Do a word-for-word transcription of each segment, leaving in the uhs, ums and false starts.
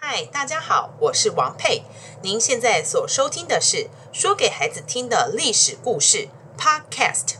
嗨，大家好，我是王佩。您现在所收听的是说给孩子听的历史故事 Podcast。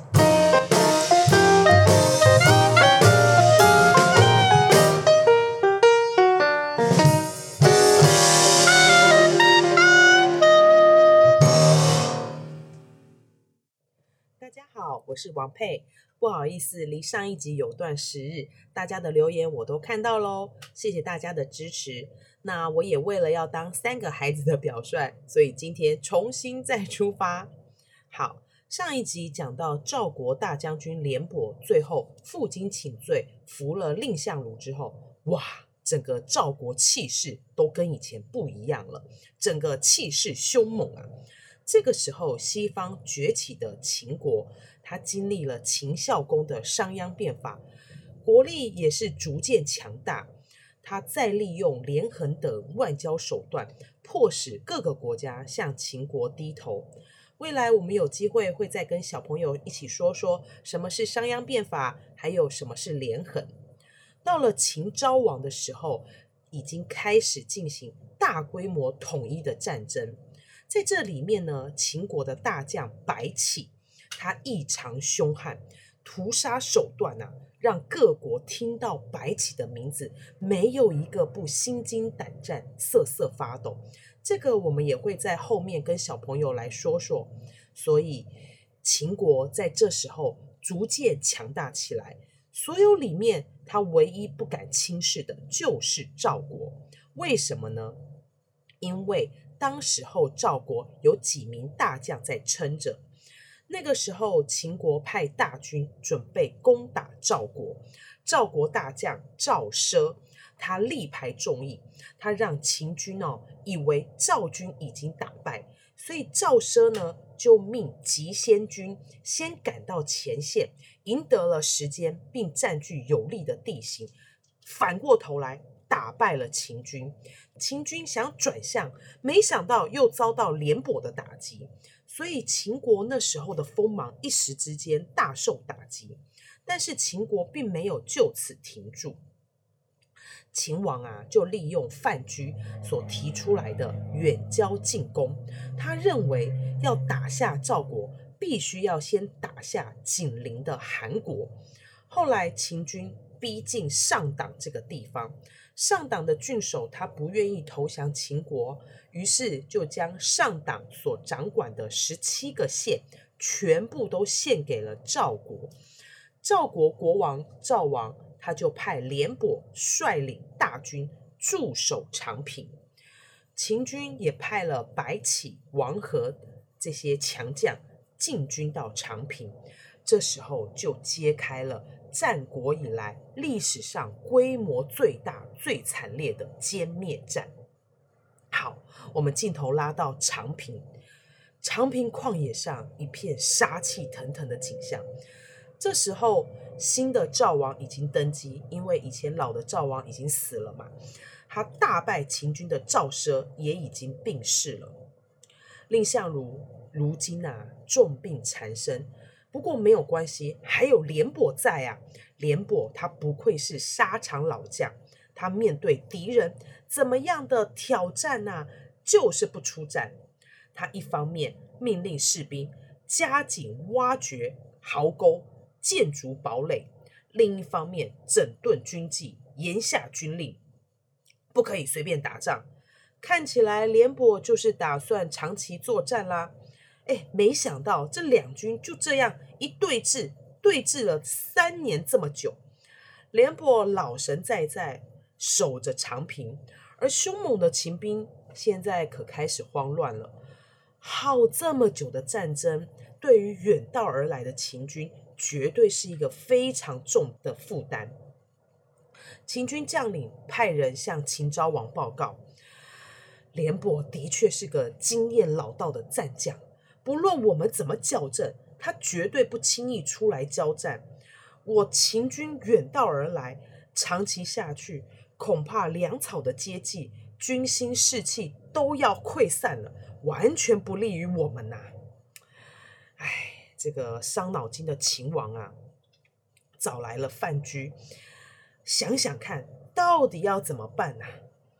大家好，我是王佩。不好意思，离上一集有段时日，大家的留言我都看到咯，谢谢大家的支持。那我也为了要当三个孩子的表率，所以今天重新再出发。好，上一集讲到赵国大将军廉颇最后负荆请罪，服了蔺相如之后，哇，整个赵国气势都跟以前不一样了，整个气势凶猛啊。这个时候西方崛起的秦国，他经历了秦孝公的商鞅变法，国力也是逐渐强大。他再利用连横等外交手段，迫使各个国家向秦国低头。未来我们有机会会再跟小朋友一起说说什么是商鞅变法，还有什么是连横。到了秦昭王的时候，已经开始进行大规模统一的战争。在这里面呢，秦国的大将白起，他异常凶悍，屠杀手段啊，让各国听到白起的名字，没有一个不心惊胆战、瑟瑟发抖。这个我们也会在后面跟小朋友来说说。所以秦国在这时候逐渐强大起来，所有里面他唯一不敢轻视的就是赵国。为什么呢？因为当时候赵国有几名大将在撑着，那个时候秦国派大军准备攻打赵国，赵国大将赵奢，他力排众议，他让秦军哦以为赵军已经打败，所以赵奢呢就命急先军先赶到前线，赢得了时间，并占据有利的地形，反过头来打败了秦军。秦军想转向，没想到又遭到廉颇的打击，所以秦国那时候的锋芒一时之间大受打击。但是秦国并没有就此停住，秦王啊就利用范雎所提出来的远交近攻，他认为要打下赵国，必须要先打下紧邻的韩国。后来秦军逼近上党这个地方，上党的郡守他不愿意投降秦国，于是就将上党所掌管的十七个县全部都献给了赵国。赵国国王赵王他就派廉颇率领大军驻守长平，秦军也派了白起、王和这些强将进军到长平。这时候就揭开了战国以来历史上规模最大最惨烈的歼灭战。好，我们镜头拉到长平，长平旷野上一片杀气腾腾的景象。这时候新的赵王已经登基，因为以前老的赵王已经死了嘛，他大败秦军的赵奢也已经病逝了。蔺相如如今啊重病缠身，不过没有关系，还有廉颇在啊。廉颇他不愧是沙场老将，他面对敌人怎么样的挑战啊，就是不出战。他一方面命令士兵加紧挖掘壕沟、建筑堡垒，另一方面整顿军纪，严下军令，不可以随便打仗。看起来廉颇就是打算长期作战啦。哎，没想到这两军就这样一对峙，对峙了三年这么久。廉颇老神在在守着长平，而凶猛的秦兵现在可开始慌乱了。好这么久的战争，对于远道而来的秦军绝对是一个非常重的负担。秦军将领派人向秦昭王报告，廉颇的确是个经验老道的战将，不论我们怎么校正，他绝对不轻易出来交战。我秦军远道而来，长期下去，恐怕粮草的接济、军心士气都要溃散了，完全不利于我们呐、啊！哎，这个伤脑筋的秦王啊，找来了范雎，想想看，到底要怎么办啊？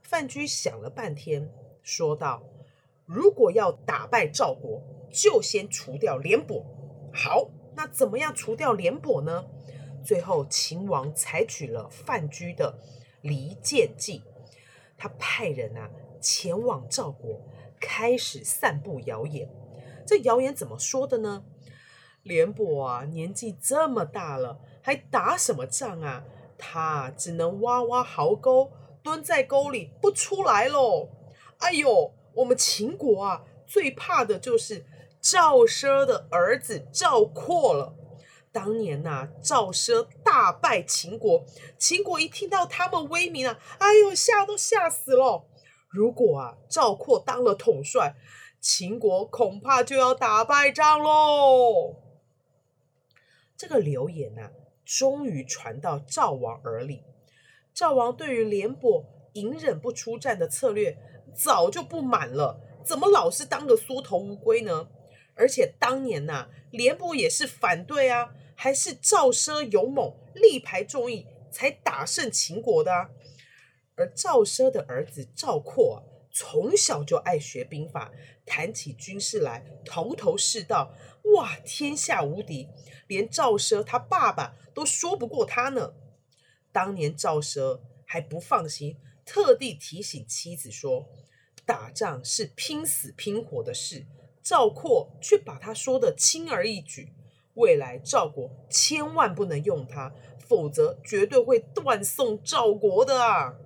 范雎想了半天，说道：如果要打败赵国，就先除掉廉颇。好，那怎么样除掉廉颇呢？最后秦王采取了范雎的离间计，他派人啊前往赵国，开始散布谣言。这谣言怎么说的呢？廉颇啊年纪这么大了，还打什么仗啊？他只能挖挖壕沟，蹲在沟里不出来咯。哎呦，我们秦国啊最怕的就是赵奢的儿子赵括了。当年呐、啊，赵奢大败秦国，秦国一听到他们威名啊，哎呦，吓都吓死了。如果啊赵括当了统帅，秦国恐怕就要打败仗喽。这个流言啊，终于传到赵王耳里。赵王对于廉颇隐忍不出战的策略早就不满了，怎么老是当个缩头乌龟呢？而且当年啊，廉颇也是反对啊，还是赵奢勇猛，力排众议，才打胜秦国的啊。而赵奢的儿子赵括啊，从小就爱学兵法，谈起军事来头头是道，哇，天下无敌，连赵奢他爸爸都说不过他呢。当年赵奢还不放心，特地提醒妻子说，打仗是拼死拼活的事，赵括却把他说得轻而易举，未来赵国千万不能用他，否则绝对会断送赵国的啊。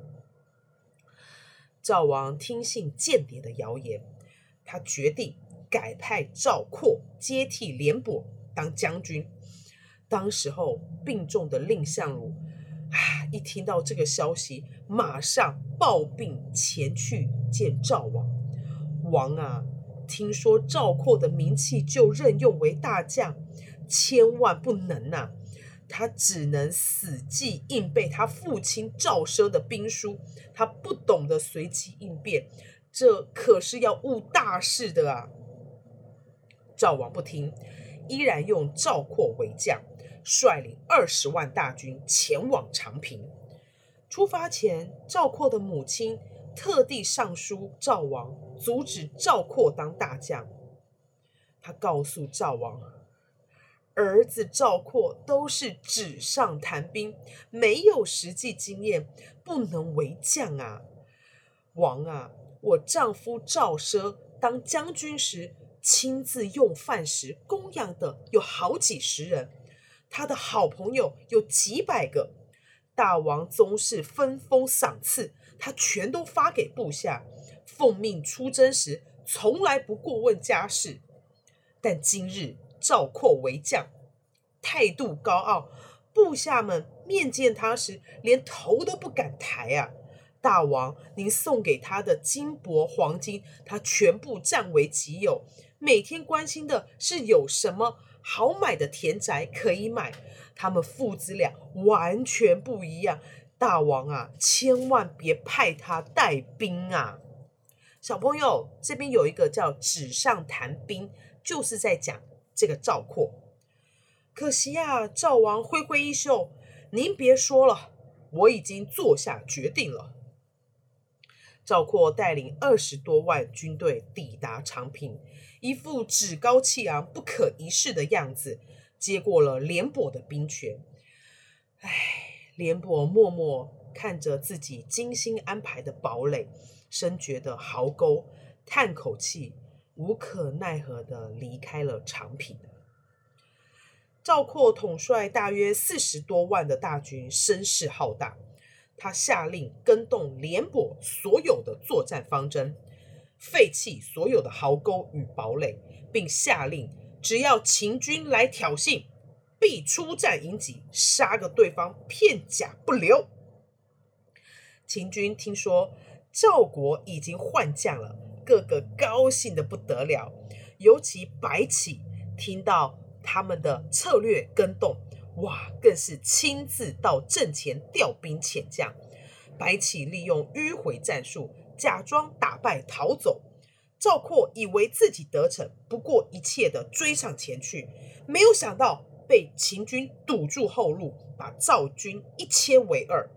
赵王听信间谍的谣言，他决定改派赵括接替廉颇当将军。当时候病重的蔺相如啊，一听到这个消息，马上抱病前去见赵王。王啊，听说赵括的名气，就任用为大将，千万不能啊！他只能死记硬背他父亲赵奢的兵书，他不懂得随机应变，这可是要误大事的啊！赵王不听，依然用赵括为将，率领二十万大军前往长平。出发前，赵括的母亲特地上书赵王，阻止赵括当大将。他告诉赵王，儿子赵括都是纸上谈兵，没有实际经验，不能为将啊。王啊，我丈夫赵奢当将军时，亲自用饭时供养的有好几十人，他的好朋友有几百个，大王宗室分封赏赐，他全都发给部下，奉命出征时从来不过问家事。但今日赵括为将，态度高傲，部下们面见他时连头都不敢抬啊。大王您送给他的金帛黄金，他全部占为己有，每天关心的是有什么好买的田宅可以买，他们父子俩完全不一样。大王啊，千万别派他带兵啊。小朋友，这边有一个叫纸上谈兵，就是在讲这个赵括。可惜啊，赵王挥挥衣袖，您别说了，我已经做下决定了。赵括带领二十多万军队抵达长平，一副趾高气昂、不可一世的样子，接过了廉颇的兵权。唉，廉颇默默看着自己精心安排的堡垒、深掘的壕沟，叹口气，无可奈何地离开了长平。赵括统帅大约四十多万的大军，声势浩大。他下令更动廉颇所有的作战方针，废弃所有的壕沟与堡垒，并下令只要秦军来挑衅，必出战迎击，杀个对方片甲不留。秦军听说赵国已经换将了，个个高兴得不得了，尤其白起听到他们的策略跟动，哇，更是亲自到阵前调兵遣将。白起利用迂回战术，假装打败逃走。赵括以为自己得逞，不顾一切的追上前去，没有想到被秦军堵住后路，把赵军一切为二。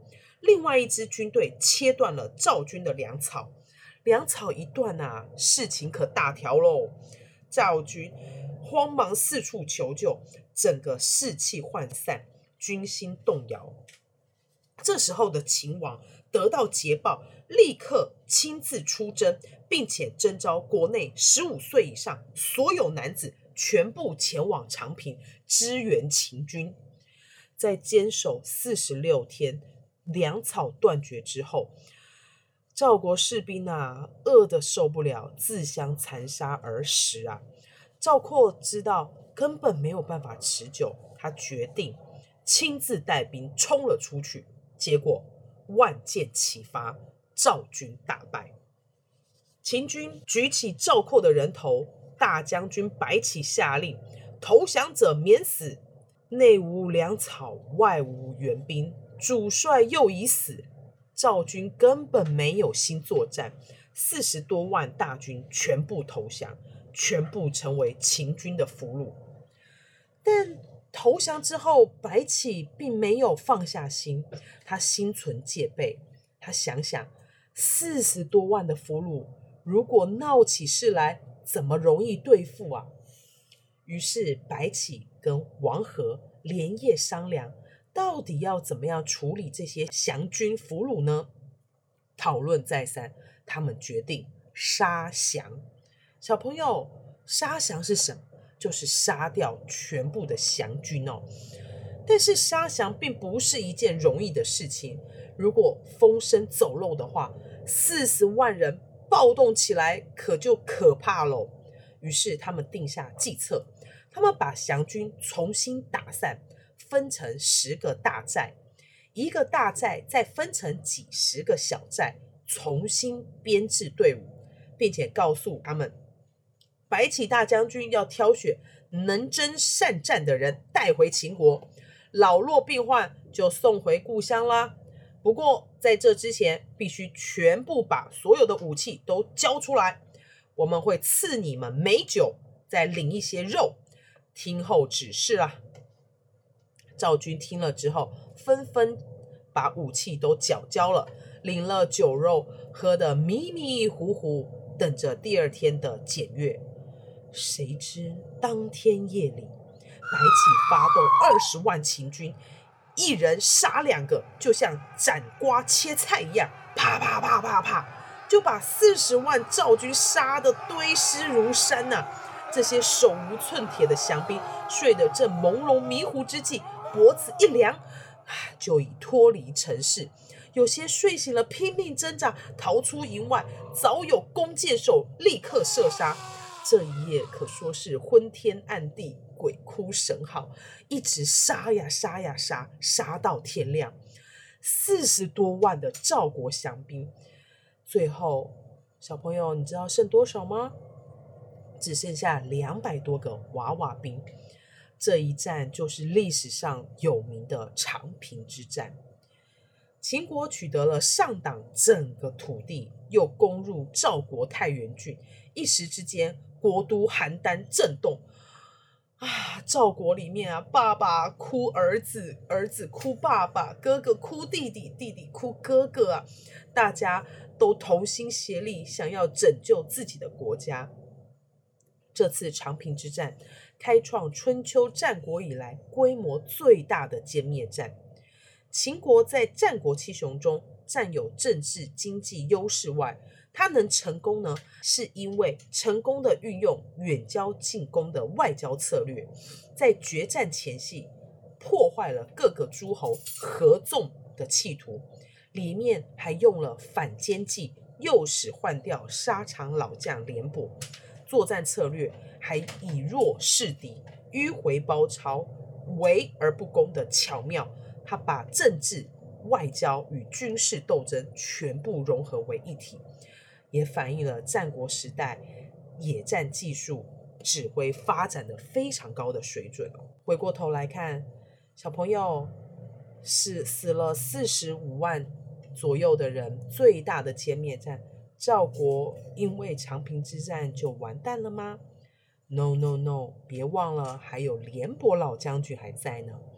另外一支军队切断了赵军的粮草，粮草一断啊，事情可大条喽。赵军慌忙四处求救，整个士气涣散，军心动摇。这时候的秦王得到捷报，立刻亲自出征，并且征召国内十五岁以上所有男子全部前往长平支援秦军。在坚守四十六天，粮草断绝之后，赵国士兵啊，饿得受不了，自相残杀而食啊。赵括知道根本没有办法持久，他决定亲自带兵冲了出去，结果万箭齐发，赵军大败。秦军举起赵括的人头，大将军白起下令，投降者免死，内无粮草，外无援兵，主帅又已死，赵军根本没有心作战，四十多万大军全部投降，全部成为秦军的俘虏。但投降之后，白起并没有放下心，他心存戒备。他想想，四十多万的俘虏，如果闹起事来，怎么容易对付啊？于是白起跟王和连夜商量，到底要怎么样处理这些降军俘虏呢？讨论再三，他们决定杀降。小朋友，杀降是什么？就是杀掉全部的降军哦。但是杀降并不是一件容易的事情，如果风声走漏的话，四十万人暴动起来，可就可怕喽。于是他们定下计策，他们把降军重新打散，分成十个大寨，一个大寨再分成几十个小寨，重新编制队伍，并且告诉他们，白起大将军要挑选能征善战的人带回秦国，老弱病患就送回故乡啦。不过在这之前，必须全部把所有的武器都交出来，我们会赐你们美酒，再领一些肉，听候指示啦。赵军听了之后，纷纷把武器都缴交了，领了酒肉，喝得迷迷糊糊，等着第二天的检阅。谁知当天夜里，白起发动二十万秦军，一人杀两个，就像斩瓜切菜一样，啪啪啪啪啪，就把四十万赵军杀得堆尸如山呐、啊！这些手无寸铁的降兵，睡得正朦胧迷糊之际，脖子一凉，就已脱离城市。有些睡醒了，拼命挣扎，逃出营外，早有弓箭手立刻射杀。这一夜可说是昏天暗地，鬼哭神嚎，一直杀呀杀呀杀，杀到天亮。四十多万的赵国降兵，最后小朋友你知道剩多少吗？只剩下两百多个娃娃兵。这一战就是历史上有名的长平之战。秦国取得了上党整个土地，又攻入赵国太原郡，一时之间国都邯郸震动啊！赵国里面啊，爸爸哭儿子，儿子哭爸爸，哥哥哭弟弟，弟弟哭哥哥啊！大家都同心协力，想要拯救自己的国家。这次长平之战开创春秋战国以来规模最大的歼灭战。秦国在战国七雄中占有政治经济优势外，它能成功呢，是因为成功的运用远交近攻的外交策略，在决战前夕破坏了各个诸侯合纵的企图，里面还用了反间计，诱使换掉沙场老将廉颇。作战策略还以弱示敌，迂回包抄，围而不攻的巧妙。他把政治、外交与军事斗争全部融合为一体，也反映了战国时代野战技术指挥发展的非常高的水准。回过头来看，小朋友是死了四十五万左右的人，最大的歼灭战，赵国因为长平之战就完蛋了吗？ No No No， 别忘了还有廉颇老将军还在呢。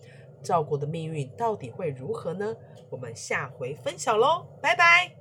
赵国的命运到底会如何呢？我们下回分晓喽，拜拜。